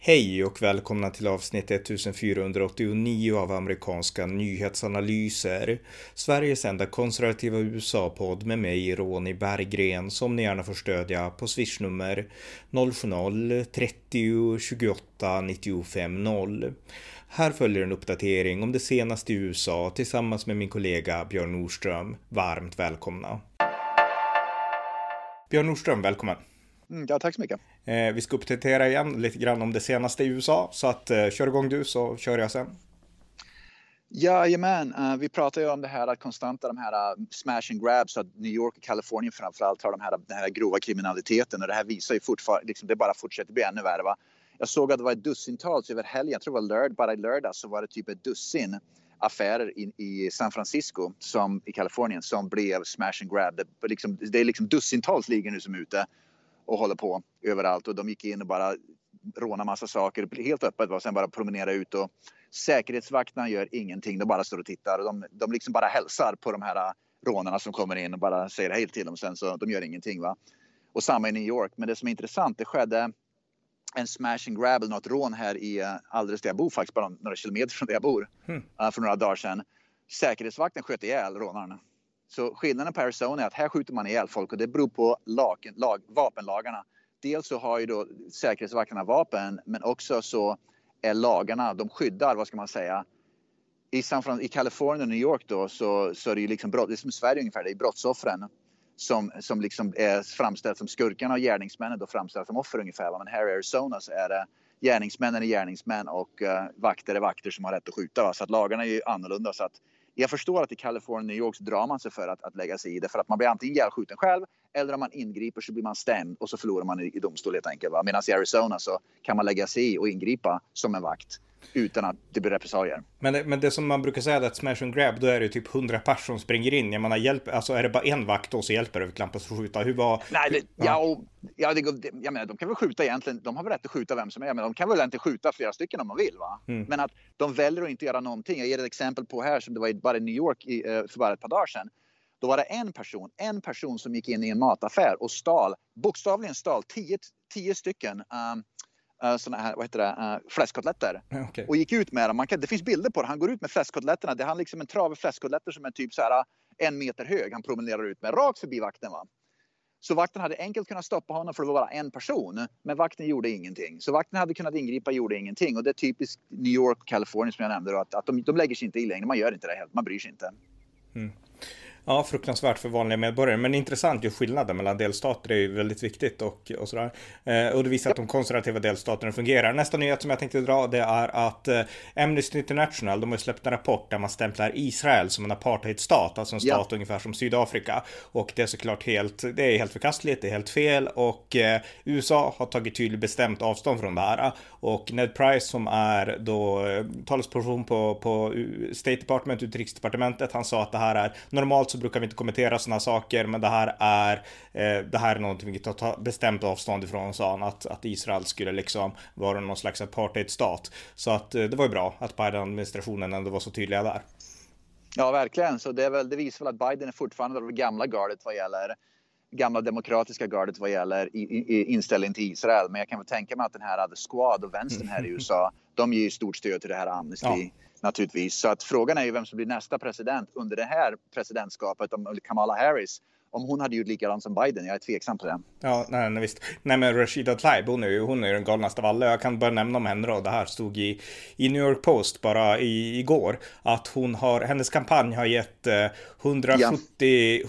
Hej och välkomna till avsnitt 1489 av amerikanska nyhetsanalyser. Sveriges enda konservativa USA-podd med mig, Ronny Berggren, som ni gärna får stödja på swishnummer 070-30 28 95 0. Här följer en uppdatering om det senaste i USA tillsammans med min kollega Björn Nordström. Varmt välkomna. Björn Nordström, välkommen. Ja, tack så mycket. Vi ska uppdatera igen lite grann om det senaste i USA, så att kör igång du så kör jag sen. Jajamän, vi pratar ju om det här att konstanta de här smash and grabs, att New York och Kalifornien framförallt har den här grova kriminaliteten, och det här visar ju fortfarande, liksom, det bara fortsätter bli ännu värre, va? Jag såg att det var ett dussintals över helgen, jag tror det var bara i lördag så var det typ ett dussin affärer i San Francisco i Kalifornien som blev smash and grab. Det är liksom dussintals ligger nu som är ute och håller på överallt, och de gick in och bara råna massa saker helt öppet och sen bara promenera ut, och säkerhetsvakterna gör ingenting, de bara står och tittar, och de liksom bara hälsar på de här rånarna som kommer in och bara säger hej till dem, sen så de gör ingenting, va. Och samma i New York, men det som är intressant, det skedde en smash and grab eller något rån här i alldeles där jag bor, faktiskt bara några kilometer från där jag bor, för några dagar sedan. Säkerhetsvakten sköt ihjäl rånarna. Så skillnaden på Arizona är att här skjuter man ihjäl folk, och det beror på vapenlagarna. Dels så har ju då säkerhetsvakterna vapen, men också så är lagarna, de skyddar, vad ska man säga. I Kalifornien och New York då så är det ju liksom brott, det är som i Sverige ungefär, det är brottsoffren som liksom är framställt som skurkarna och gärningsmännen då framställs som offer ungefär. Men här i Arizona så är det gärningsmännen är gärningsmän och vakter är vakter som har rätt att skjuta, va? Så att lagarna är ju annorlunda, så att jag förstår att i Kalifornien och New York så drar man sig för att lägga sig i det, för att man blir antingen ihjälskjuten själv eller om man ingriper så blir man stämd och så förlorar man i domstol helt enkelt, va? Medan i Arizona så kan man lägga sig i och ingripa som en vakt utan att det blir repressalier. Men det som man brukar säga är att smash and grab, då är det typ 100 personer som springer in. Jag menar, alltså är det bara en vakt då så hjälper det klampas att skjuta? Hur var... Nej, jag menar, de kan väl skjuta egentligen, de har väl rätt att skjuta vem som är, men de kan väl inte skjuta flera stycken om de vill, va? Men att de väljer att inte göra någonting. Jag ger ett exempel på här som det var bara i New York för bara ett par dagar sedan. Då var det en person som gick in i en mataffär och bokstavligen stal 10 stycken såna här, vad heter det, fläskkotletter. Okay. Och gick ut med dem. Det finns bilder på det. Han går ut med fläskkotletterna. Det är liksom en trave fläskkotletter som är typ så här 1 meter hög. Han promenerar ut med rakt förbi vakten, va. Så vakten hade enkelt kunnat stoppa honom för det var bara en person. Men vakten gjorde ingenting. Så vakten hade kunnat ingripa och gjorde ingenting. Och det är typiskt New York och Kalifornien som jag nämnde då, att de lägger sig inte i längre. Man gör inte det helt. Man bryr sig inte. Ja, fruktansvärt för vanliga medborgare. Men intressant ju skillnaden mellan delstater är ju väldigt viktigt och sådär. Och det visar att de konservativa delstaterna fungerar. Nästa nyhet som jag tänkte dra, det är att Amnesty International, de har släppt en rapport där man stämplar Israel som en apartheidstat, alltså en stat ungefär som Sydafrika. Och det är såklart helt förkastligt, det är helt fel, och USA har tagit tydligt bestämt avstånd från det här. Och Ned Price, som är då talesperson på State Department, utrikesdepartementet, han sa att det här är normalt, så brukar vi inte kommentera sådana saker, men det här är någonting vi tar bestämt avstånd ifrån, sa han, att Israel skulle liksom vara någon slags apartheidstat. Så att det var ju bra att Biden-administrationen ändå var så tydliga där. Ja, verkligen. Så det visar väl att Biden är fortfarande det gamla gardet vad gäller gamla demokratiska gardet vad gäller inställning till Israel. Men jag kan väl tänka mig att den här The Squad och vänstern här i USA, de ger ju stort stöd till det här Amnesty, naturligtvis. Så att frågan är ju vem som blir nästa president under det här presidentskapet, om Kamala Harris, om hon hade gjort likadant som Biden. Jag är tveksam på det. Ja, nej, visst. Nej, men Rashida Tlaib, hon är ju den galnaste av alla. Jag kan bara nämna om henne då. Det här stod i New York Post bara igår, att hennes kampanj har gett 170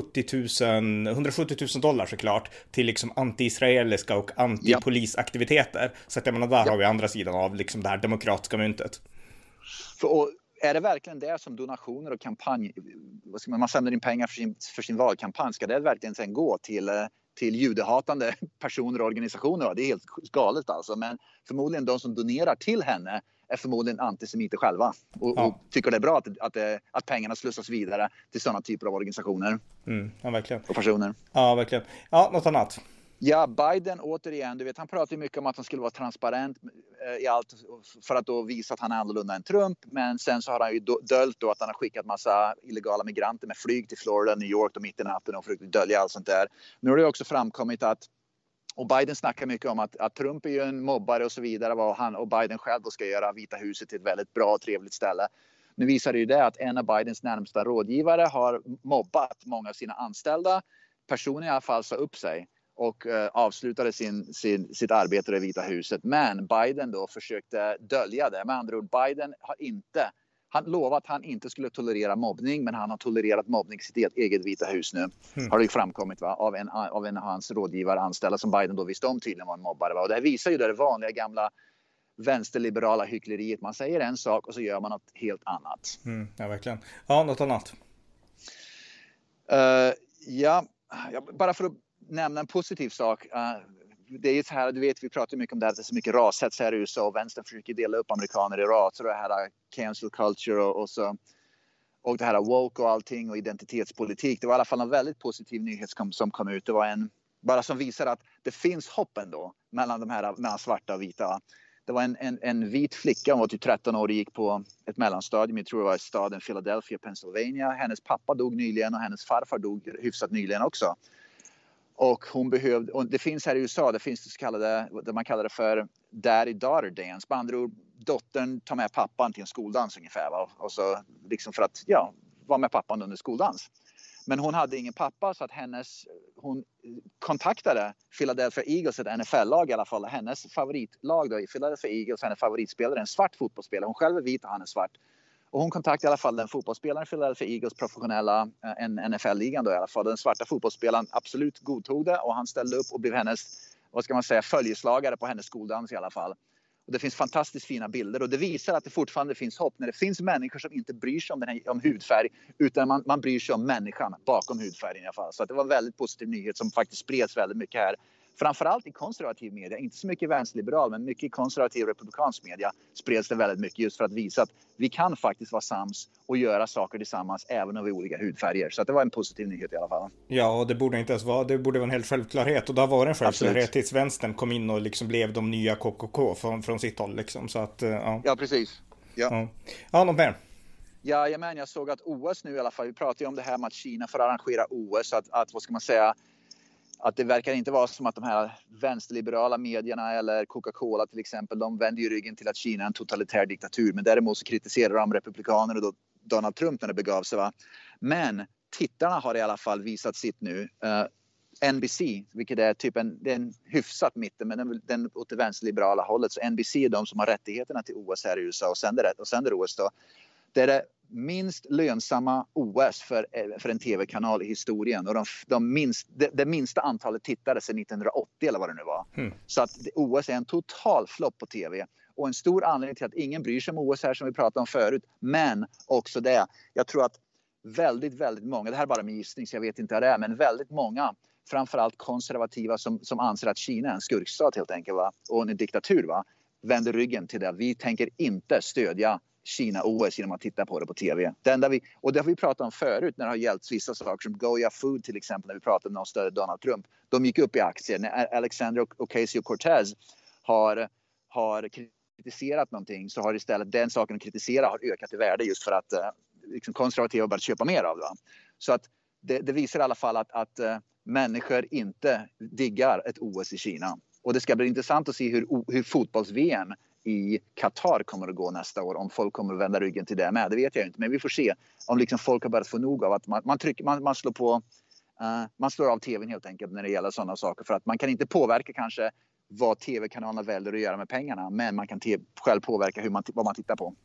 000 dollar såklart till liksom anti-israeliska och anti-polisaktiviteter. Så att jag menar, där har vi andra sidan av liksom det här demokratiska myntet. Och är det verkligen det som donationer och kampanj, man samlar in pengar för sin valkampanj, ska det verkligen sen gå till judehatande personer och organisationer? Det är helt galet alltså, men förmodligen de som donerar till henne är förmodligen antisemiter själva och tycker det är bra att pengarna slussas vidare till sådana typer av organisationer. Ja, verkligen. Och personer. Ja, verkligen. Ja, något annat. Ja, Biden återigen, du vet, han pratar ju mycket om att han skulle vara transparent i allt för att då visa att han är annorlunda än Trump. Men sen så har han ju döljt då att han har skickat massa illegala migranter med flyg till Florida, New York och mitt i natten och försökt dölja allt sånt där. Nu har det också framkommit att Och Biden snackar mycket om att Trump är ju en mobbare och så vidare. Vad han och Biden själv då ska göra Vita huset till ett väldigt bra och trevligt ställe. Nu visar det ju det att en av Bidens närmsta rådgivare har mobbat många av sina anställda. Personen i alla fall sa upp sig och avslutade sitt arbete i Vita huset. Men Biden då försökte dölja det. Med andra ord, Biden har han lovade att han inte skulle tolerera mobbning, men han har tolererat mobbning i sitt eget Vita hus nu. Har det ju framkommit av en av hans rådgivare anställda som Biden då visste om tydligen var en mobbare. Och det här visar ju det vanliga gamla vänsterliberala hyckleriet. Man säger en sak och så gör man något helt annat. Ja, verkligen. Ja, något annat. Ja, bara för att nämna en positiv sak. Det är ju så här, du vet, vi pratar mycket om det här, det är så mycket rashets här i USA och vänstern försöker dela upp amerikaner i raser och det här cancel culture och det här woke och allting och identitetspolitik. Det var i alla fall en väldigt positiv nyhet som kom ut. Det var bara som visar att det finns hopp ändå mellan svarta och vita. Det var en vit flicka, hon var typ 13 år och gick på ett mellanstadium, jag tror det var i staden Philadelphia, Pennsylvania. Hennes pappa dog nyligen och hennes farfar dog hyfsat nyligen också. Och det finns här i USA, det finns det så kallade, det man kallar det för daddy-daughter dance. På andra ord, dottern tar med pappan till en skoldans ungefär. Va? Och så liksom för att, vara med pappan under skoldans. Men hon hade ingen pappa så att hon kontaktade Philadelphia Eagles, ett NFL-lag i alla fall. Hennes favoritlag då i Philadelphia Eagles, hennes favoritspelare, en svart fotbollsspelare. Hon själv är vit och han är svart. Och hon kontaktade i alla fall den fotbollsspelaren Philadelphia Eagles professionella NFL-ligan då i alla fall. Den svarta fotbollsspelaren absolut godtog det och han ställde upp och blev hennes, vad ska man säga, följeslagare på hennes skoldans i alla fall. Och det finns fantastiskt fina bilder och det visar att det fortfarande finns hopp när det finns människor som inte bryr sig om hudfärg utan man bryr sig om människan bakom hudfärgen i alla fall. Så att det var en väldigt positiv nyhet som faktiskt spreds väldigt mycket här. Framförallt i konservativ media, inte så mycket vänsterliberal men mycket i konservativ republikansk media spreds det väldigt mycket just för att visa att vi kan faktiskt vara sams och göra saker tillsammans även om vi är olika hudfärger. Så att det var en positiv nyhet i alla fall. Ja, och det borde inte ens vara, det borde vara en helt självklarhet och det har varit en självklarhet tills vänstern kom in och liksom blev de nya KKK från sitt håll liksom. Så att, ja, precis. Ja, någon mer? Ja, men jag såg att OS nu i alla fall, vi pratade ju om det här med att Kina får arrangera OS, att vad ska man säga, att det verkar inte vara som att de här vänsterliberala medierna eller Coca-Cola till exempel, de vänder ju ryggen till att Kina är en totalitär diktatur. Men däremot så kritiserar de republikaner och då Donald Trump när det begav sig. Va? Men tittarna har i alla fall visat sitt nu. NBC, vilket är typ en hyfsat mitten, men den åt det vänsterliberala hållet. Så NBC är de som har rättigheterna till OS här i USA och sänder OS då. Det är det minst lönsamma OS för en tv-kanal i historien och det minsta antalet tittare sedan 1980 eller vad det nu var. Så att OS är en total flopp på tv och en stor anledning till att ingen bryr sig om OS här som vi pratade om förut, men också det, jag tror att väldigt, väldigt många, det här är bara min gissning så jag vet inte vad det är, men väldigt många, framförallt konservativa som anser att Kina är en skurkstat helt enkelt, va? Och en diktatur, va? Vänder ryggen till det. Vi tänker inte stödja Kina-OS genom att titta på det på tv. Och det har vi pratat om förut när det har gällt vissa saker som Goya Food till exempel, när vi pratade om någon större Donald Trump. De gick upp i aktier. När Alexandria Ocasio-Cortez har kritiserat någonting så har istället den saken att kritisera har ökat i värde just för att liksom konservativa börjat köpa mer av det. Så att det visar i alla fall att människor inte diggar ett OS i Kina. Och det ska bli intressant att se hur fotbolls-VM i Qatar kommer att gå nästa år. Om folk kommer att vända ryggen till det med. Det vet jag inte. Men vi får se om liksom folk har börjat få nog av att man slår på. Man slår av tvn helt enkelt när det gäller sådana saker. För att man kan inte påverka kanske vad tv-kanalerna väljer att göra med pengarna. Men man kan själv påverka vad man tittar på.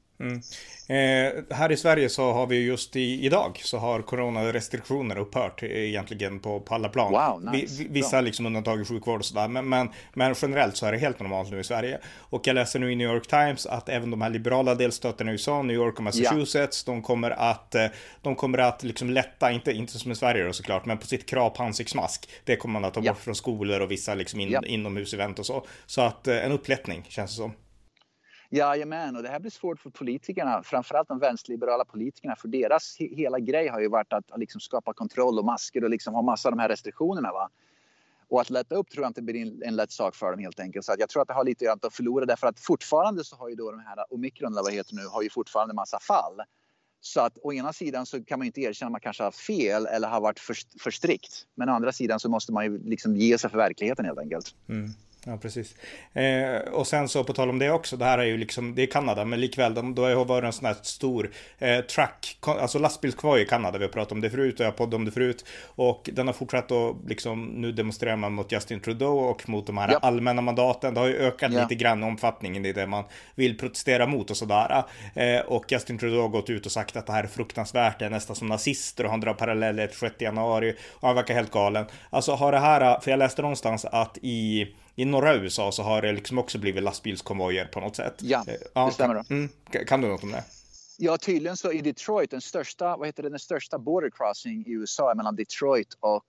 Här i Sverige så har vi just idag så har coronarestriktioner upphört egentligen på alla plan. Wow, nice. Vissa liksom undantag i sjukvård och sådär, men generellt så är det helt normalt nu i Sverige. Och jag läser nu i New York Times att även de här liberala delstaterna i USA, New York och Massachusetts, de kommer att liksom lätta, inte som i Sverige då såklart, men på sitt krav på ansiktsmask. Det kommer man att ta bort från skolor och vissa liksom inomhusevent och så. Så att en upplättning känns det som. Jajamän, och det här blir svårt för politikerna, framförallt de vänsterliberala politikerna, för deras hela grej har ju varit att liksom skapa kontroll och masker och liksom ha massa av de här restriktionerna, va. Och att lätta upp tror jag inte blir en lätt sak för dem helt enkelt. Så att jag tror att det har lite att förlora därför att fortfarande så har ju då de här omikron eller vad heter nu har ju fortfarande massa fall. Så att å ena sidan så kan man inte erkänna att man kanske har fel eller har varit för strikt. Men å andra sidan så måste man ju liksom ge sig för verkligheten helt enkelt. Mm. Ja, precis. Och sen så på tal om det också, det här är ju liksom, det är Kanada, men likväl, då har varit en sån här stor truck, alltså lastbilskvaj i Kanada, vi har pratat om det förut och jag har poddat om det förut, och den har fortsatt att liksom, nu demonstrerar man mot Justin Trudeau och mot de här allmänna mandaten, det har ju ökat lite grann omfattningen i det man vill protestera mot och sådär, och Justin Trudeau har gått ut och sagt att det här är fruktansvärt, det är nästan som nazister och han drar paralleller till 6 januari och han verkar helt galen. Alltså har det här, för jag läste någonstans att i norra USA så har det liksom också blivit lastbilskonvojer på något sätt. Ja, det stämmer då. Kan du något om det? Ja, tydligen så i Detroit, den största border crossing i USA är mellan Detroit och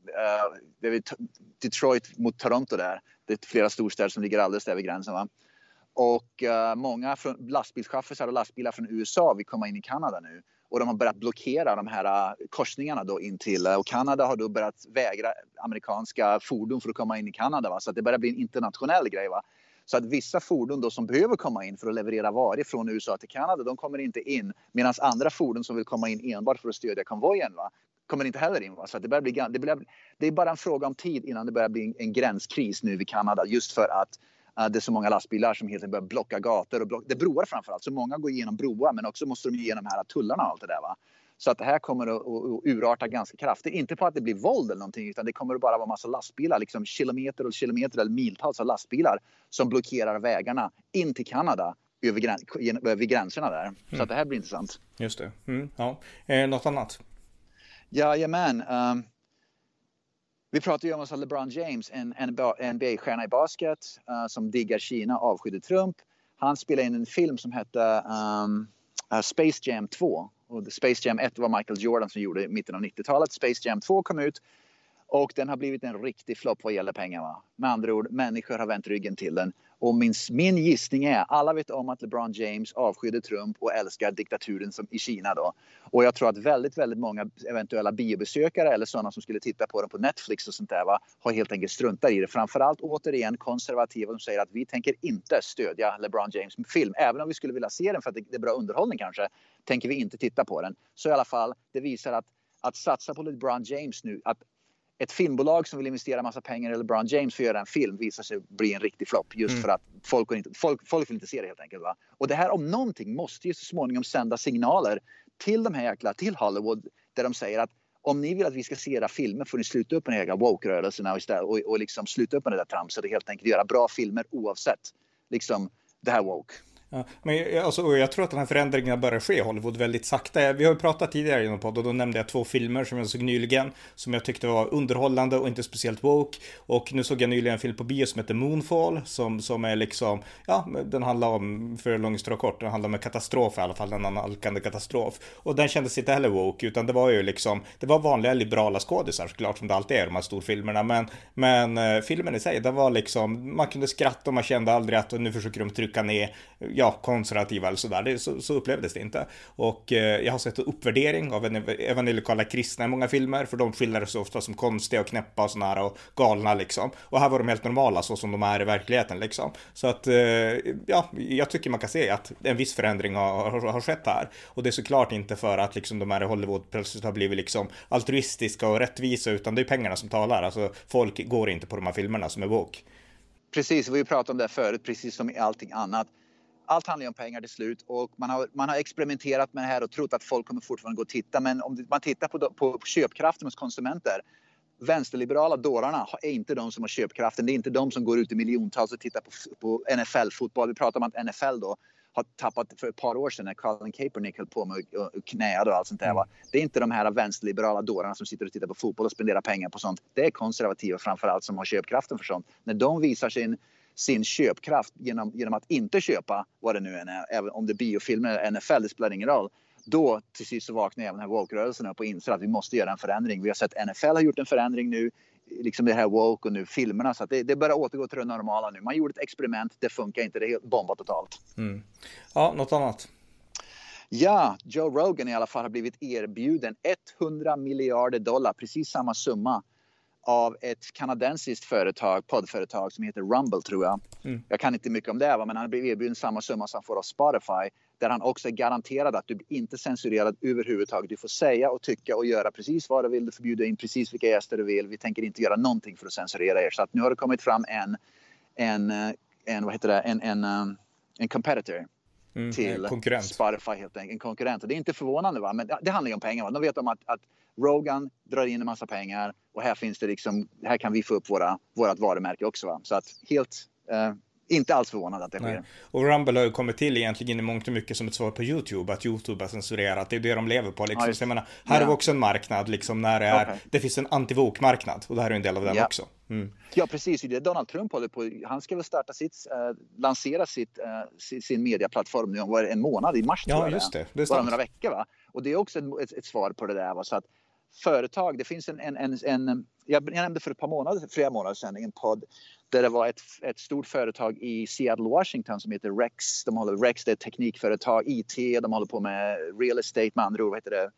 Detroit mot Toronto där. Det är flera storstäder som ligger alldeles där vid gränsen, va? Och många lastbilschaufförer och lastbilar från USA vill komma in i Kanada nu. Och de har börjat blockera de här korsningarna då in till. Och Kanada har då börjat vägra amerikanska fordon för att komma in i Kanada. Va? Så att det börjar bli en internationell grej. Va? Så att vissa fordon då som behöver komma in för att leverera varor från USA till Kanada, de kommer inte in. Medan andra fordon som vill komma in enbart för att stödja konvojen, va? Kommer inte heller in. Va? Så att det är bara en fråga om tid innan det börjar bli en gränskris nu vid Kanada. Just för att det är så många lastbilar som helt enkelt börjar blocka gator och det är broar framförallt. Så många går igenom broar, men också måste de igenom de här tullarna och allt det där, va. Så att det här kommer att urarta ganska kraftigt. Inte på att det blir våld eller någonting, utan det kommer att bara vara massa lastbilar, liksom kilometer och kilometer eller miltals av lastbilar som blockerar vägarna in till Kanada över gränserna där. Så att det här blir intressant. Just det. Ja. Något annat? Jajamän. Vi pratar ju om LeBron James, en NBA-stjärna i basket som diggar Kina, avskydde Trump. Han spelade in en film som hette Space Jam 2. Och Space Jam 1 var Michael Jordan som gjorde i mitten av 90-talet. Space Jam 2 kom ut och den har blivit en riktig flopp vad gäller pengar. Va? Med andra ord, människor har vänt ryggen till den. Och min gissning är, alla vet om att LeBron James avskydde Trump och älskar diktaturen som i Kina då. Och jag tror att väldigt, väldigt många eventuella biobesökare eller sådana som skulle titta på den på Netflix och sånt där, va, har helt enkelt struntat i det. Framförallt återigen konservativa som säger att vi tänker inte stödja LeBron James film. Även om vi skulle vilja se den för att det är bra underhållning kanske, tänker vi inte titta på den. Så i alla fall, det visar att satsa på LeBron James nu, att ett filmbolag som vill investera massa pengar i LeBron James för att göra en film visar sig bli en riktig flopp. Just för att folk vill inte se det helt enkelt. Va? Och det här om någonting måste ju så småningom sända signaler till de här till Hollywood. Där de säger att om ni vill att vi ska se era filmer får ni sluta upp med den här woke-rörelserna och liksom sluta upp med det där tramset och helt enkelt göra bra filmer oavsett liksom det här woke. Ja, men jag tror att den här förändringen börjar ske i Hollywood väldigt sakta. Vi har ju pratat tidigare i någon podd och då nämnde jag 2 filmer som jag såg nyligen som jag tyckte var underhållande och inte speciellt woke. Och nu såg jag nyligen en film på bio som heter Moonfall som är liksom, den handlar om, för långt och kort, den handlar om en katastrof i alla fall, en analkande katastrof. Och den kändes inte heller woke, utan det var ju liksom, det var vanliga liberala skådisar såklart som det alltid är de här storfilmerna. Men filmen i sig, det var liksom, man kunde skratta och man kände aldrig att nu försöker de trycka ner konservativa eller sådär, så upplevdes det inte. Och jag har sett en uppvärdering av evangelikala kristna i många filmer, för de skildrades så ofta som konstiga och knäppa och sådär och galna liksom. Och här var de helt normala så som de är i verkligheten liksom. Så att jag tycker man kan se att en viss förändring har skett här. Och det är såklart inte för att liksom de här i Hollywood plötsligt har blivit liksom altruistiska och rättvisa, utan det är pengarna som talar. Alltså folk går inte på de här filmerna som är woke. Precis, vi pratade om det förut, precis som i allting annat. Allt handlar ju om pengar till slut och man har experimenterat med det här och trott att folk kommer fortfarande gå och titta. Men om man tittar på köpkraften hos konsumenter, vänsterliberala dårarna är inte de som har köpkraften. Det är inte de som går ut i miljontals och tittar på NFL-fotboll. Vi pratar om att NFL då har tappat för ett par år sedan när Colin Kaepernick höll på med och knäade och allt sånt där. Va? Det är inte de här vänsterliberala dårarna som sitter och tittar på fotboll och spenderar pengar på sånt. Det är konservativa framförallt som har köpkraften för sånt. När de visar sin köpkraft genom att inte köpa vad det nu än är, även om det är biofilmer eller NFL, det spelar ingen roll. Då till sist så vaknar även den här woke-rörelsen upp och inser att vi måste göra en förändring. Vi har sett NFL har gjort en förändring nu, liksom det här woke och nu filmerna, så att det börjar återgå till det normala nu. Man gjorde ett experiment, det funkar inte, det är helt bombat totalt. Ja, något annat? Ja, Joe Rogan i alla fall har blivit erbjuden $100 miljarder, precis samma summa av ett kanadensiskt poddföretag som heter Rumble, tror jag. Jag kan inte mycket om det, men han blev erbjuden samma summa som han får av Spotify, där han också är garanterad att du inte censurerad överhuvudtaget. Du får säga och tycka och göra precis vad du vill. Du får bjuda in precis vilka gäster du vill. Vi tänker inte göra någonting för att censurera er. Så att nu har det kommit fram en competitor till Spotify, helt enkelt. En konkurrent. Och det är inte förvånande, va? Men det handlar ju om pengar. Va? De vet om att Rogan drar in en massa pengar och här finns det liksom, här kan vi få upp vårat varumärke också. Va? Så att helt inte alls förvånad att det sker. Nej. Och Rumble har ju kommit till egentligen i mångt och mycket som ett svar på YouTube, att YouTube har censurerat, det är det de lever på liksom. Så jag menar, här är vi också en marknad liksom, när det är, det finns en anti-woke-marknad och det här är en del av den också. Ja, precis. Det Donald Trump håller på, han ska väl starta lansera sin mediaplattform nu om en månad i mars, tror jag. Just det. Bara några veckor, va? Och det är också ett svar på det där, va? Så att företag, det finns jag nämnde för flera månader sedan en podd där det var ett stort företag i Seattle, Washington som heter Rex. Rex, det är ett teknikföretag, IT, de håller på med real estate, med andra ord,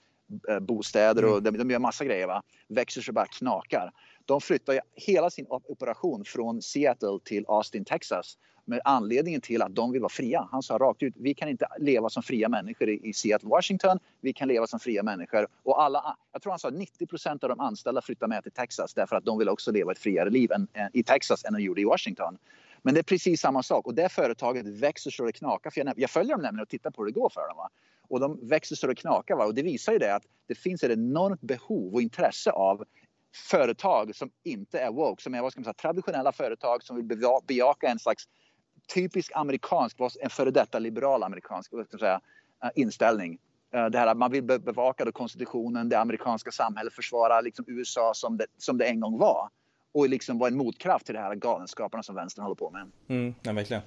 bostäder och de gör massa grejer, va? Växer så bara knakar. De flyttar hela sin operation från Seattle till Austin, Texas, med anledningen till att de vill vara fria. Han sa rakt ut, vi kan inte leva som fria människor i Seattle, Washington. Vi kan leva som fria människor. Och jag tror han sa 90% av de anställda flyttar med till Texas därför att de vill också leva ett friare liv i Texas än de gjorde i Washington. Men det är precis samma sak. Och det företaget växer så det knakar. För jag följer dem nämligen och tittar på hur det går för dem. Va? Och de växer så det knakar. Va? Och det visar ju det att det finns ett enormt behov och intresse av företag som inte är woke. Som är traditionella företag som vill bejaka en slags typisk amerikansk, en före detta liberal amerikansk inställning. Det här att man vill bevaka konstitutionen, det amerikanska samhället, försvara liksom USA som det en gång var. Och liksom vara en motkraft till det här galenskaparna som vänstern håller på med. Ja, verkligen.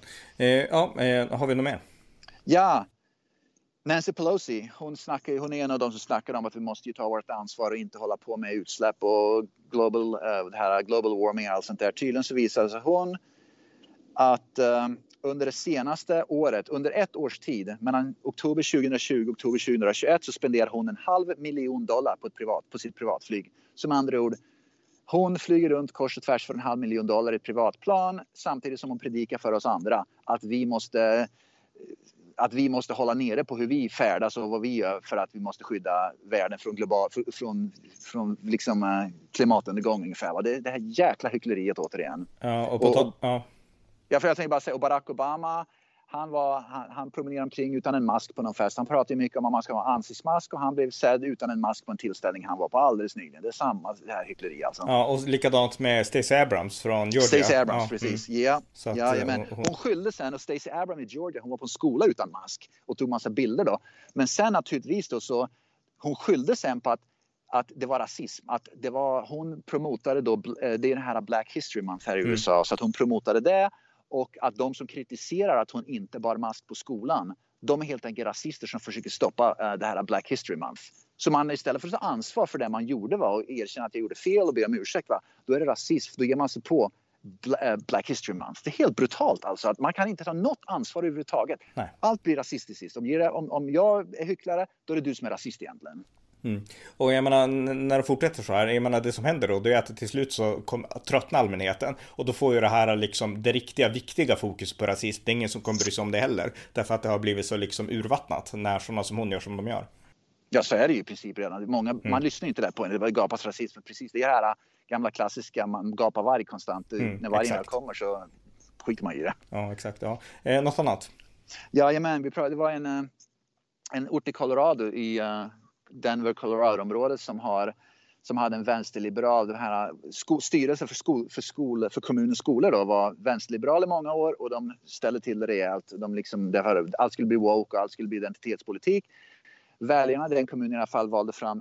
Har vi något mer? Ja. Nancy Pelosi, hon är en av de som snackar om att vi måste ju ta vårt ansvar och inte hålla på med utsläpp och global warming och allt sånt där. Tydligen så visar sig hon att under det senaste året, under ett års tid, mellan oktober 2020 och oktober 2021, så spenderar hon $500,000 på sitt privatflyg. Som andra ord, hon flyger runt kors och tvärs för $500,000 i ett privatplan, samtidigt som hon predikar för oss andra att vi måste hålla nere på hur vi färdas och vad vi gör för att vi måste skydda världen från liksom klimatundergång ungefär. Det här jäkla hyckleriet återigen. Ja, för jag tänkte bara säga, och Barack Obama, han promenerar omkring utan en mask på någon fest. Han pratar ju mycket om att man ska ha ansiktsmask och han blev sedd utan en mask på en tillställning han var på alldeles nyligen. Det är samma det här hyckleri alltså. Ja, och likadant med Stacey Abrams från Georgia. Stacey Abrams, precis. Men hon skyllde sen, och Stacey Abrams i Georgia, hon var på en skola utan mask och tog massa bilder då. Men sen naturligtvis då så, hon skyllde sen på att det var rasism. Att det var, hon promotade då, det är den här Black History Month här i USA, så att hon promotade det. Och att de som kritiserar att hon inte bar mask på skolan, de är helt enkelt rasister som försöker stoppa det här Black History Month. Så man istället för att ta ansvar för det man gjorde och erkänna att jag gjorde fel och be om ursäkt, då är det rasism. Då ger man sig på Black History Month. Det är helt brutalt alltså. Att man kan inte ta något ansvar överhuvudtaget. Nej. Allt blir rasistiskt. Om jag är hycklare, då är det du som är rasist egentligen. Och jag menar, när det fortsätter så här, jag menar, det som händer då, det är att till slut så tröttnar allmänheten och då får ju det här liksom det riktiga viktiga fokus på rasism. Det är ingen som kommer bry sig om det heller, därför att det har blivit så liksom urvattnat när sådana som hon gör som de gör. Ja, så är det ju i princip redan. Man lyssnar inte där på det var gapas rasism, precis det här gamla klassiska, man gapar varg konstant. När vargen kommer så skiter man i det. Ja, exakt. Ja. Något annat? Ja, men det var en ort i Colorado, i Denver, Colorado-området som hade en vänsterliberal, den här styrelsen för kommunens skolor då, var vänsterliberal i många år och de ställde till det rejält. Allt skulle bli woke och allt skulle bli identitetspolitik. Väljarna i den kommunen i alla fall valde fram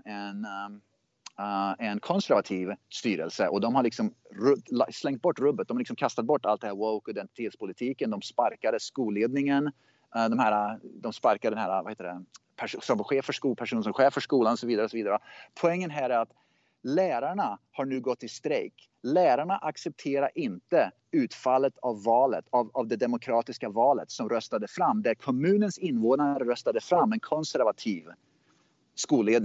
en konservativ styrelse och de har liksom slängt bort rubbet. De har liksom kastat bort allt det här woke och identitetspolitiken. De sparkade skolledningen. De sparkade den här, personen som chef för skolan och så vidare och så vidare. Poängen här är att lärarna har nu gått i strejk. Lärarna accepterar inte utfallet av valet, av det demokratiska valet som röstade fram, där kommunens invånare röstade fram en konservativ skolledning.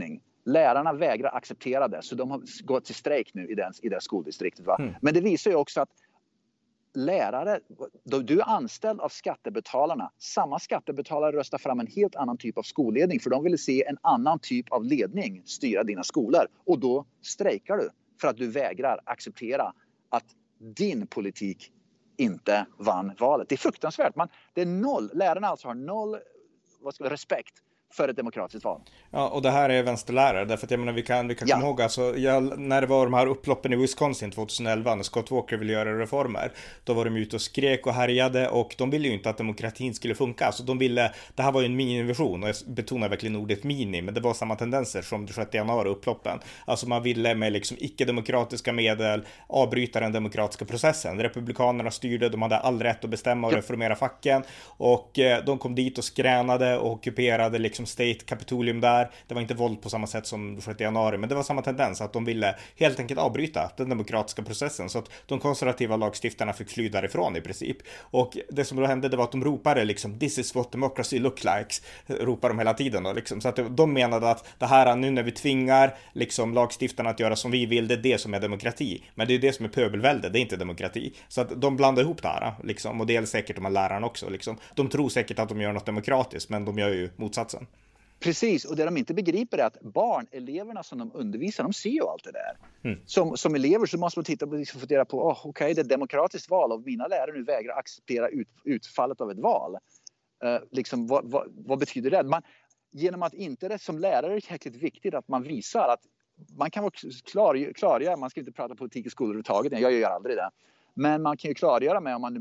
Lärarna vägrar acceptera det, så de har gått till strejk nu i det skoldistriktet. Va? Men det visar ju också att lärare, då du är anställd av skattebetalarna, samma skattebetalare röstar fram en helt annan typ av skolledning, för de vill se en annan typ av ledning styra dina skolor, och då strejkar du för att du vägrar acceptera att din politik inte vann valet. Det är fruktansvärt. Det är noll, lärarna alltså har noll respekt för ett demokratiskt val. Ja, och det här är vänsterlärare, därför att jag menar, vi kan komma ihåg, alltså, när det var de här upploppen i Wisconsin 2011, när Scott Walker ville göra reformer, då var de ute och skrek och härjade, och de ville ju inte att demokratin skulle funka. Alltså det här var ju en miniversion, och jag betonar verkligen ordet mini, men det var samma tendenser som det 6 januari upploppen. Alltså man ville med liksom icke-demokratiska medel avbryta den demokratiska processen. Republikanerna styrde, de hade all rätt att bestämma och reformera facken, och de kom dit och skränade och ockuperade liksom State Capitolium där. Det var inte våld på samma sätt som 6 januari, men det var samma tendens att de ville helt enkelt avbryta den demokratiska processen, så att de konservativa lagstiftarna fick fly därifrån i princip. Och det som då hände, det var att de ropade liksom "This is what democracy look likes", ropar de hela tiden då, liksom. Så att de menade att det här nu när vi tvingar liksom lagstiftarna att göra som vi vill, det är det som är demokrati. Men det är det som är pöbelvälde, det är inte demokrati. Så att de blandar ihop det här liksom, och det gäller säkert de här lärarna också liksom. De tror säkert att de gör något demokratiskt, men de gör ju motsatsen. Precis, och det de inte begriper är att eleverna som de undervisar, de ser ju allt det där. Som elever så måste man titta på och fundera på, okej, det är ett demokratiskt val, och mina lärare nu vägrar acceptera utfallet av ett val. Liksom, vad betyder det? Genom att inte det som lärare är jäkligt viktigt att man visar att man kan klargöra, man ska inte prata politik i skolor överhuvudtaget, jag gör aldrig det. Men man kan ju klargöra med om man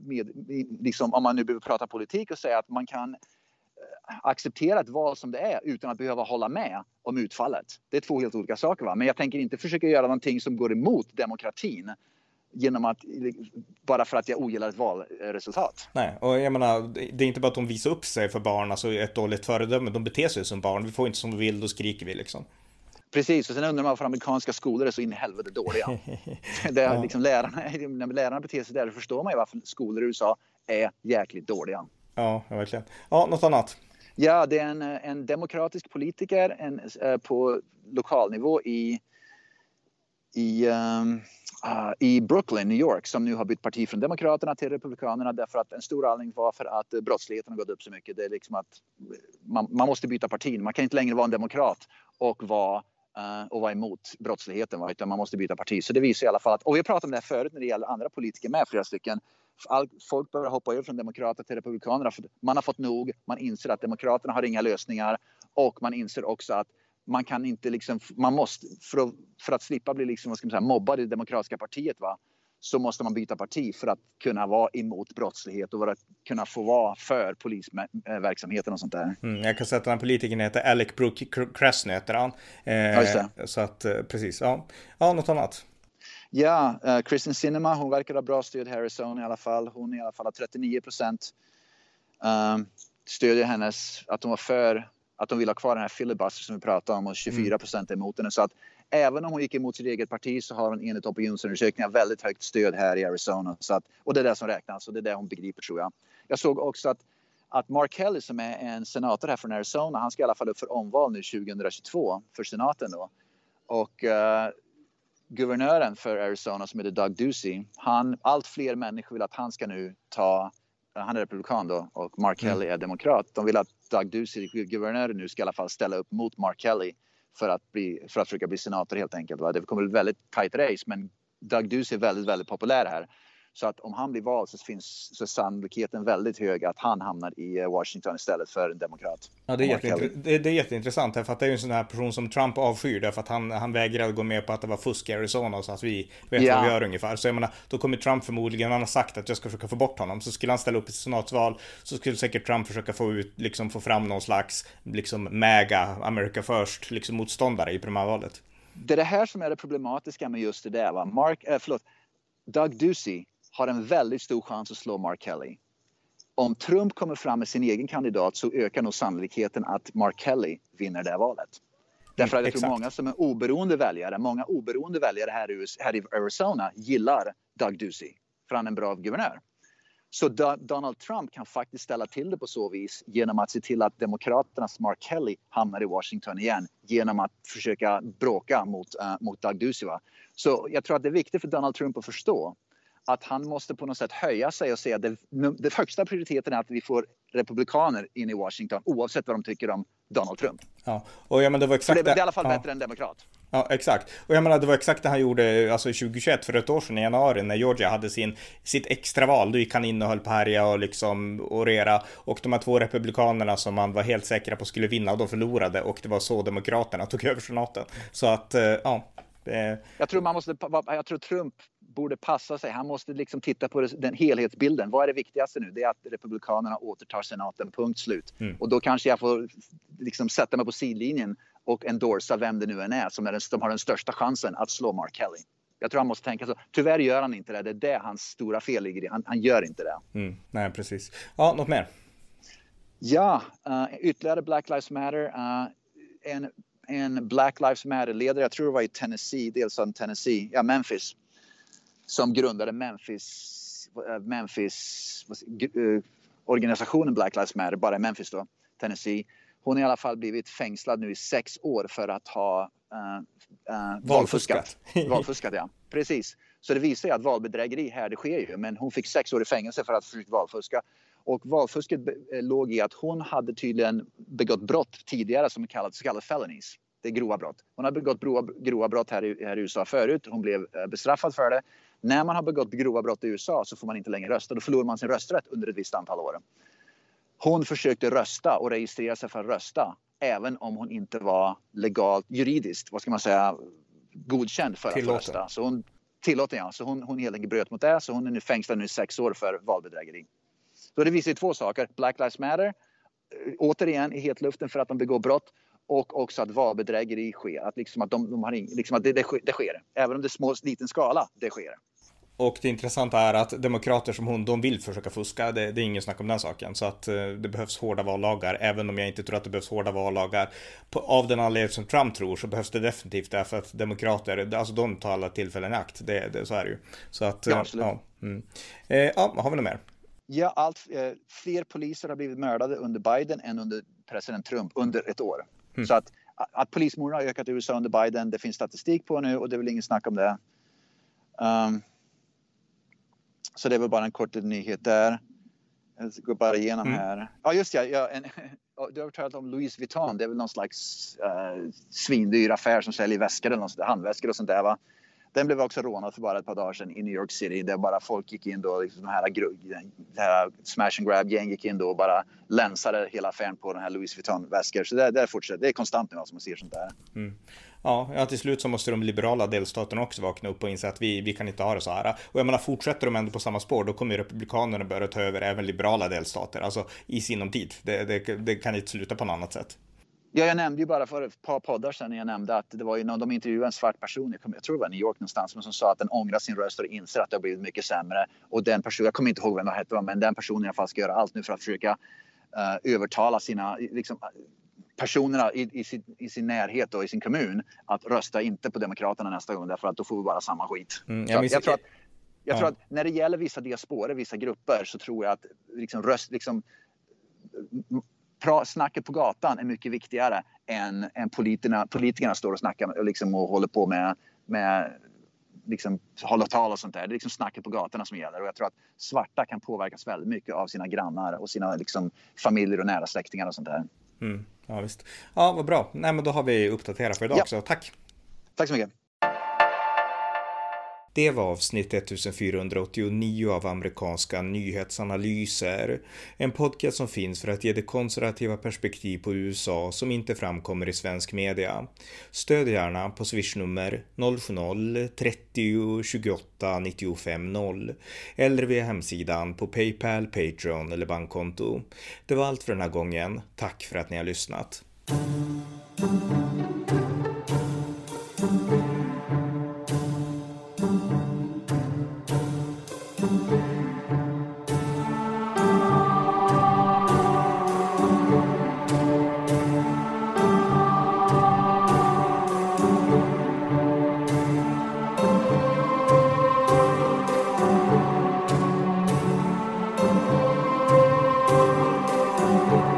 nu behöver prata politik och säga att man kan acceptera ett val som det är utan att behöva hålla med om utfallet. Det är 2 helt olika saker, va? Men jag tänker inte försöka göra någonting som går emot demokratin genom att, bara för att jag ogillar ett valresultat. Nej, och jag menar, det är inte bara att de visar upp sig för barn, alltså ett dåligt föredöme, de beter sig som barn, vi får inte som vi vill, då skriker vi liksom. Precis, och sen undrar man varför amerikanska skolor är så in i helvete dåliga. Det är liksom när lärarna beter sig där, då förstår man ju varför skolor i USA är jäkligt dåliga. Ja, verkligen. Ja, något annat? Ja, det är en demokratisk politiker på lokalnivå i Brooklyn, New York, som nu har bytt parti från Demokraterna till Republikanerna, därför att en stor anledning var för att brottsligheten har gått upp så mycket. Det är liksom att man måste byta parti. Man kan inte längre vara en demokrat och vara emot brottsligheten, utan man måste byta parti. Så det visar i alla fall att, och vi har pratat om det här förut när det gäller andra politiker med, flera stycken. Folk börjar hoppa över från demokrater till republikanerna, för man har fått nog, man inser att demokraterna har inga lösningar, och man inser också att man kan inte liksom, man måste för att slippa bli liksom, vad ska man säga, mobbad i det demokratiska partiet, va, så måste man byta parti för att kunna vara emot brottslighet och kunna få vara för polisverksamheten och sånt där. Jag kan säga att den här politikern heter Alec Brooke Krasny heter han. Så att precis, ja, något annat. Ja, Kristen Sinema, hon verkar ha bra stöd här i Arizona i alla fall. Hon i alla fall har 39% stödjer hennes, att hon var för att de vill ha kvar den här filibuster som vi pratade om, och 24% är emot henne. Så att även om hon gick emot sitt eget parti så har hon enligt opinionsundersökningar väldigt högt stöd här i Arizona. Så att, och det är det som räknas, och det är det hon begriper, tror jag. Jag såg också att Mark Kelly, som är en senator här från Arizona, han ska i alla fall upp för omval nu 2022 för senaten då. Och guvernören för Arizona, som heter Doug Ducey, allt fler människor vill att han ska nu han är republikan då, och Mark Kelly är demokrat. De vill att Doug Ducey, guvernören, nu ska i alla fall ställa upp mot Mark Kelly för att försöka bli senator helt enkelt. Va? Det kommer bli väldigt tight race, men Doug Ducey är väldigt, väldigt populär här. Så att om han blir vald så är sannolikheten väldigt hög att han hamnar i Washington istället för en demokrat. Ja, det är jätteintressant, för att det är ju en sån här person som Trump avskyr, därför att han vägrade gå med på att det var fusk i Arizona, så att vi vet vad vi gör ungefär. Så jag menar, då kommer Trump förmodligen, han har sagt att jag ska försöka få bort honom, så skulle han ställa upp i senatsval, så skulle säkert Trump försöka få fram någon slags liksom MAGA, America First, liksom motståndare i primärvalet. Det är det här som är det problematiska med just det där, va? Doug Ducey har en väldigt stor chans att slå Mark Kelly. Om Trump kommer fram med sin egen kandidat så ökar nog sannolikheten att Mark Kelly vinner det här valet. Därför att jag tror många som är oberoende väljare här i Arizona gillar Doug Ducey, för han är en bra guvernör. Så Donald Trump kan faktiskt ställa till det på så vis genom att se till att demokraternas Mark Kelly hamnar i Washington igen genom att försöka bråka mot Doug Ducey. Va? Så jag tror att det är viktigt för Donald Trump att förstå att han måste på något sätt höja sig och säga att det högsta prioriteten är att vi får republikaner in i Washington oavsett vad de tycker om Donald Trump. Ja, och men det var exakt för det är i alla fall bättre än demokrat. Ja, exakt. Och jag menar, det var exakt det han gjorde alltså 2021, för ett år sedan i januari, när Georgia hade sitt extraval. Då gick han in och höll på härja och liksom orera. Och de här 2 republikanerna som man var helt säkra på skulle vinna, de förlorade. Och det var så demokraterna tog över senaten. Så att, ja. Jag tror Trump borde passa sig. Han måste liksom titta på den helhetsbilden. Vad är det viktigaste nu? Det är att republikanerna återtar senaten, punkt slut. Och då kanske jag får liksom sätta mig på sidlinjen och endorsa vem det nu än är som har den största chansen att slå Mark Kelly. Jag tror han måste tänka så. Tyvärr gör han inte det. Det är det hans stora fel ligger i. Han gör inte det. Nej, precis. Ja, något mer? Ja, ytterligare Black Lives Matter. En Black Lives Matter-ledare, jag tror det var i Tennessee, delstaten Tennessee, Memphis, som grundade Memphis organisationen Black Lives Matter, bara i Memphis då, Tennessee. Hon har i alla fall blivit fängslad nu i 6 år för att ha valfuskat. Valfuskat, ja. Precis. Så det visar ju att valbedrägeri här, det sker ju. Men hon fick 6 år i fängelse för att försöka valfuska. Och valfusket låg i att hon hade tydligen begått brott tidigare som så kallade felonies. Det är grova brott. Hon har begått grova brott här i USA förut. Hon blev bestraffad för det. När man har begått grova brott i USA så får man inte längre rösta. Då förlorar man sin rösträtt under ett visst antal år. Hon försökte rösta och registrera sig för att rösta. Även om hon inte var legalt, juridiskt, vad ska man säga, godkänd för att rösta. Så hon tillåter, ja. Så hon helt enkelt bröt mot det. Så hon är nu fängslad nu i 6 år för valbedrägeri. Så det visar ju 2 saker. Black Lives Matter, återigen i hetluften för att de begår brott. Och också att valbedrägeri sker. Att, liksom att de har liksom att det sker. Även om det är liten skala, det sker. Och det intressanta är att demokrater som hon, de vill försöka fuska. Det är ingen snack om den saken. Så att det behövs hårda vallagar. Även om jag inte tror att det behövs hårda vallagar av den anledning som Trump tror, så behövs det definitivt. Därför att demokrater, alltså de tar alla tillfällen i akt. Så är det ju. Så att, ja, absolut. Har vi något mer? Ja, fler poliser har blivit mördade under Biden än under president Trump under ett år. Så att polismorden har ökat i USA under Biden, det finns statistik på nu och det är väl ingen snack om det. Så det är väl bara en kort nyhet där. Jag går bara igenom här. Ja, just ja. Du har talat om Louis Vuitton. Det är väl någon slags svindyr affär som säljer väskor eller något, handväskor och sånt där, va? Den blev också rånad för bara ett par dagar sedan i New York City. Där bara folk gick in då, liksom det här smash and grab gäng gick in då och bara länsade hela affären på den här Louis Vuitton-väskor. Så det fortsätter. Det är konstant nu alltså, man ser sånt där. Ja, till slut så måste de liberala delstaterna också vakna upp och inse att vi kan inte ha det så här. Och jag menar, fortsätter de ändå på samma spår, då kommer ju republikanerna börja ta över även liberala delstater. Alltså i sinom tid. Det kan inte sluta på något annat sätt. Ja, jag nämnde ju bara för ett par poddar sedan när jag nämnde att det var ju någon, de intervjuade en svart person, jag tror det var New York någonstans, men som sa att den ångrar sin röst och inser att det har blivit mycket sämre. Och den personen, jag kommer inte ihåg vem det hette, men den personen i alla fall ska göra allt nu för att försöka övertala sina liksom, personerna i sin närhet och i sin kommun att rösta inte på demokraterna nästa gång, därför att då får vi bara samma skit. Jag tror att när det gäller vissa diasporer, vissa grupper, så tror jag att snacket på gatan är mycket viktigare än politikerna står och snackar liksom, och håller på med liksom, hålla tal och sånt där. Det är liksom snacket på gatorna som gäller, och jag tror att svarta kan påverkas väldigt mycket av sina grannar och sina liksom, familjer och nära släktingar och sånt där. Ja, visst. Ja, vad bra. Nej, men då har vi uppdaterat för idag också. Tack. Tack så mycket. Det var avsnitt 1489 av amerikanska nyhetsanalyser. En podcast som finns för att ge det konservativa perspektiv på USA som inte framkommer i svensk media. Stöd gärna på swishnummer 070-30 28 95 0 eller via hemsidan på PayPal, Patreon eller bankkonto. Det var allt för den här gången. Tack för att ni har lyssnat. Hej.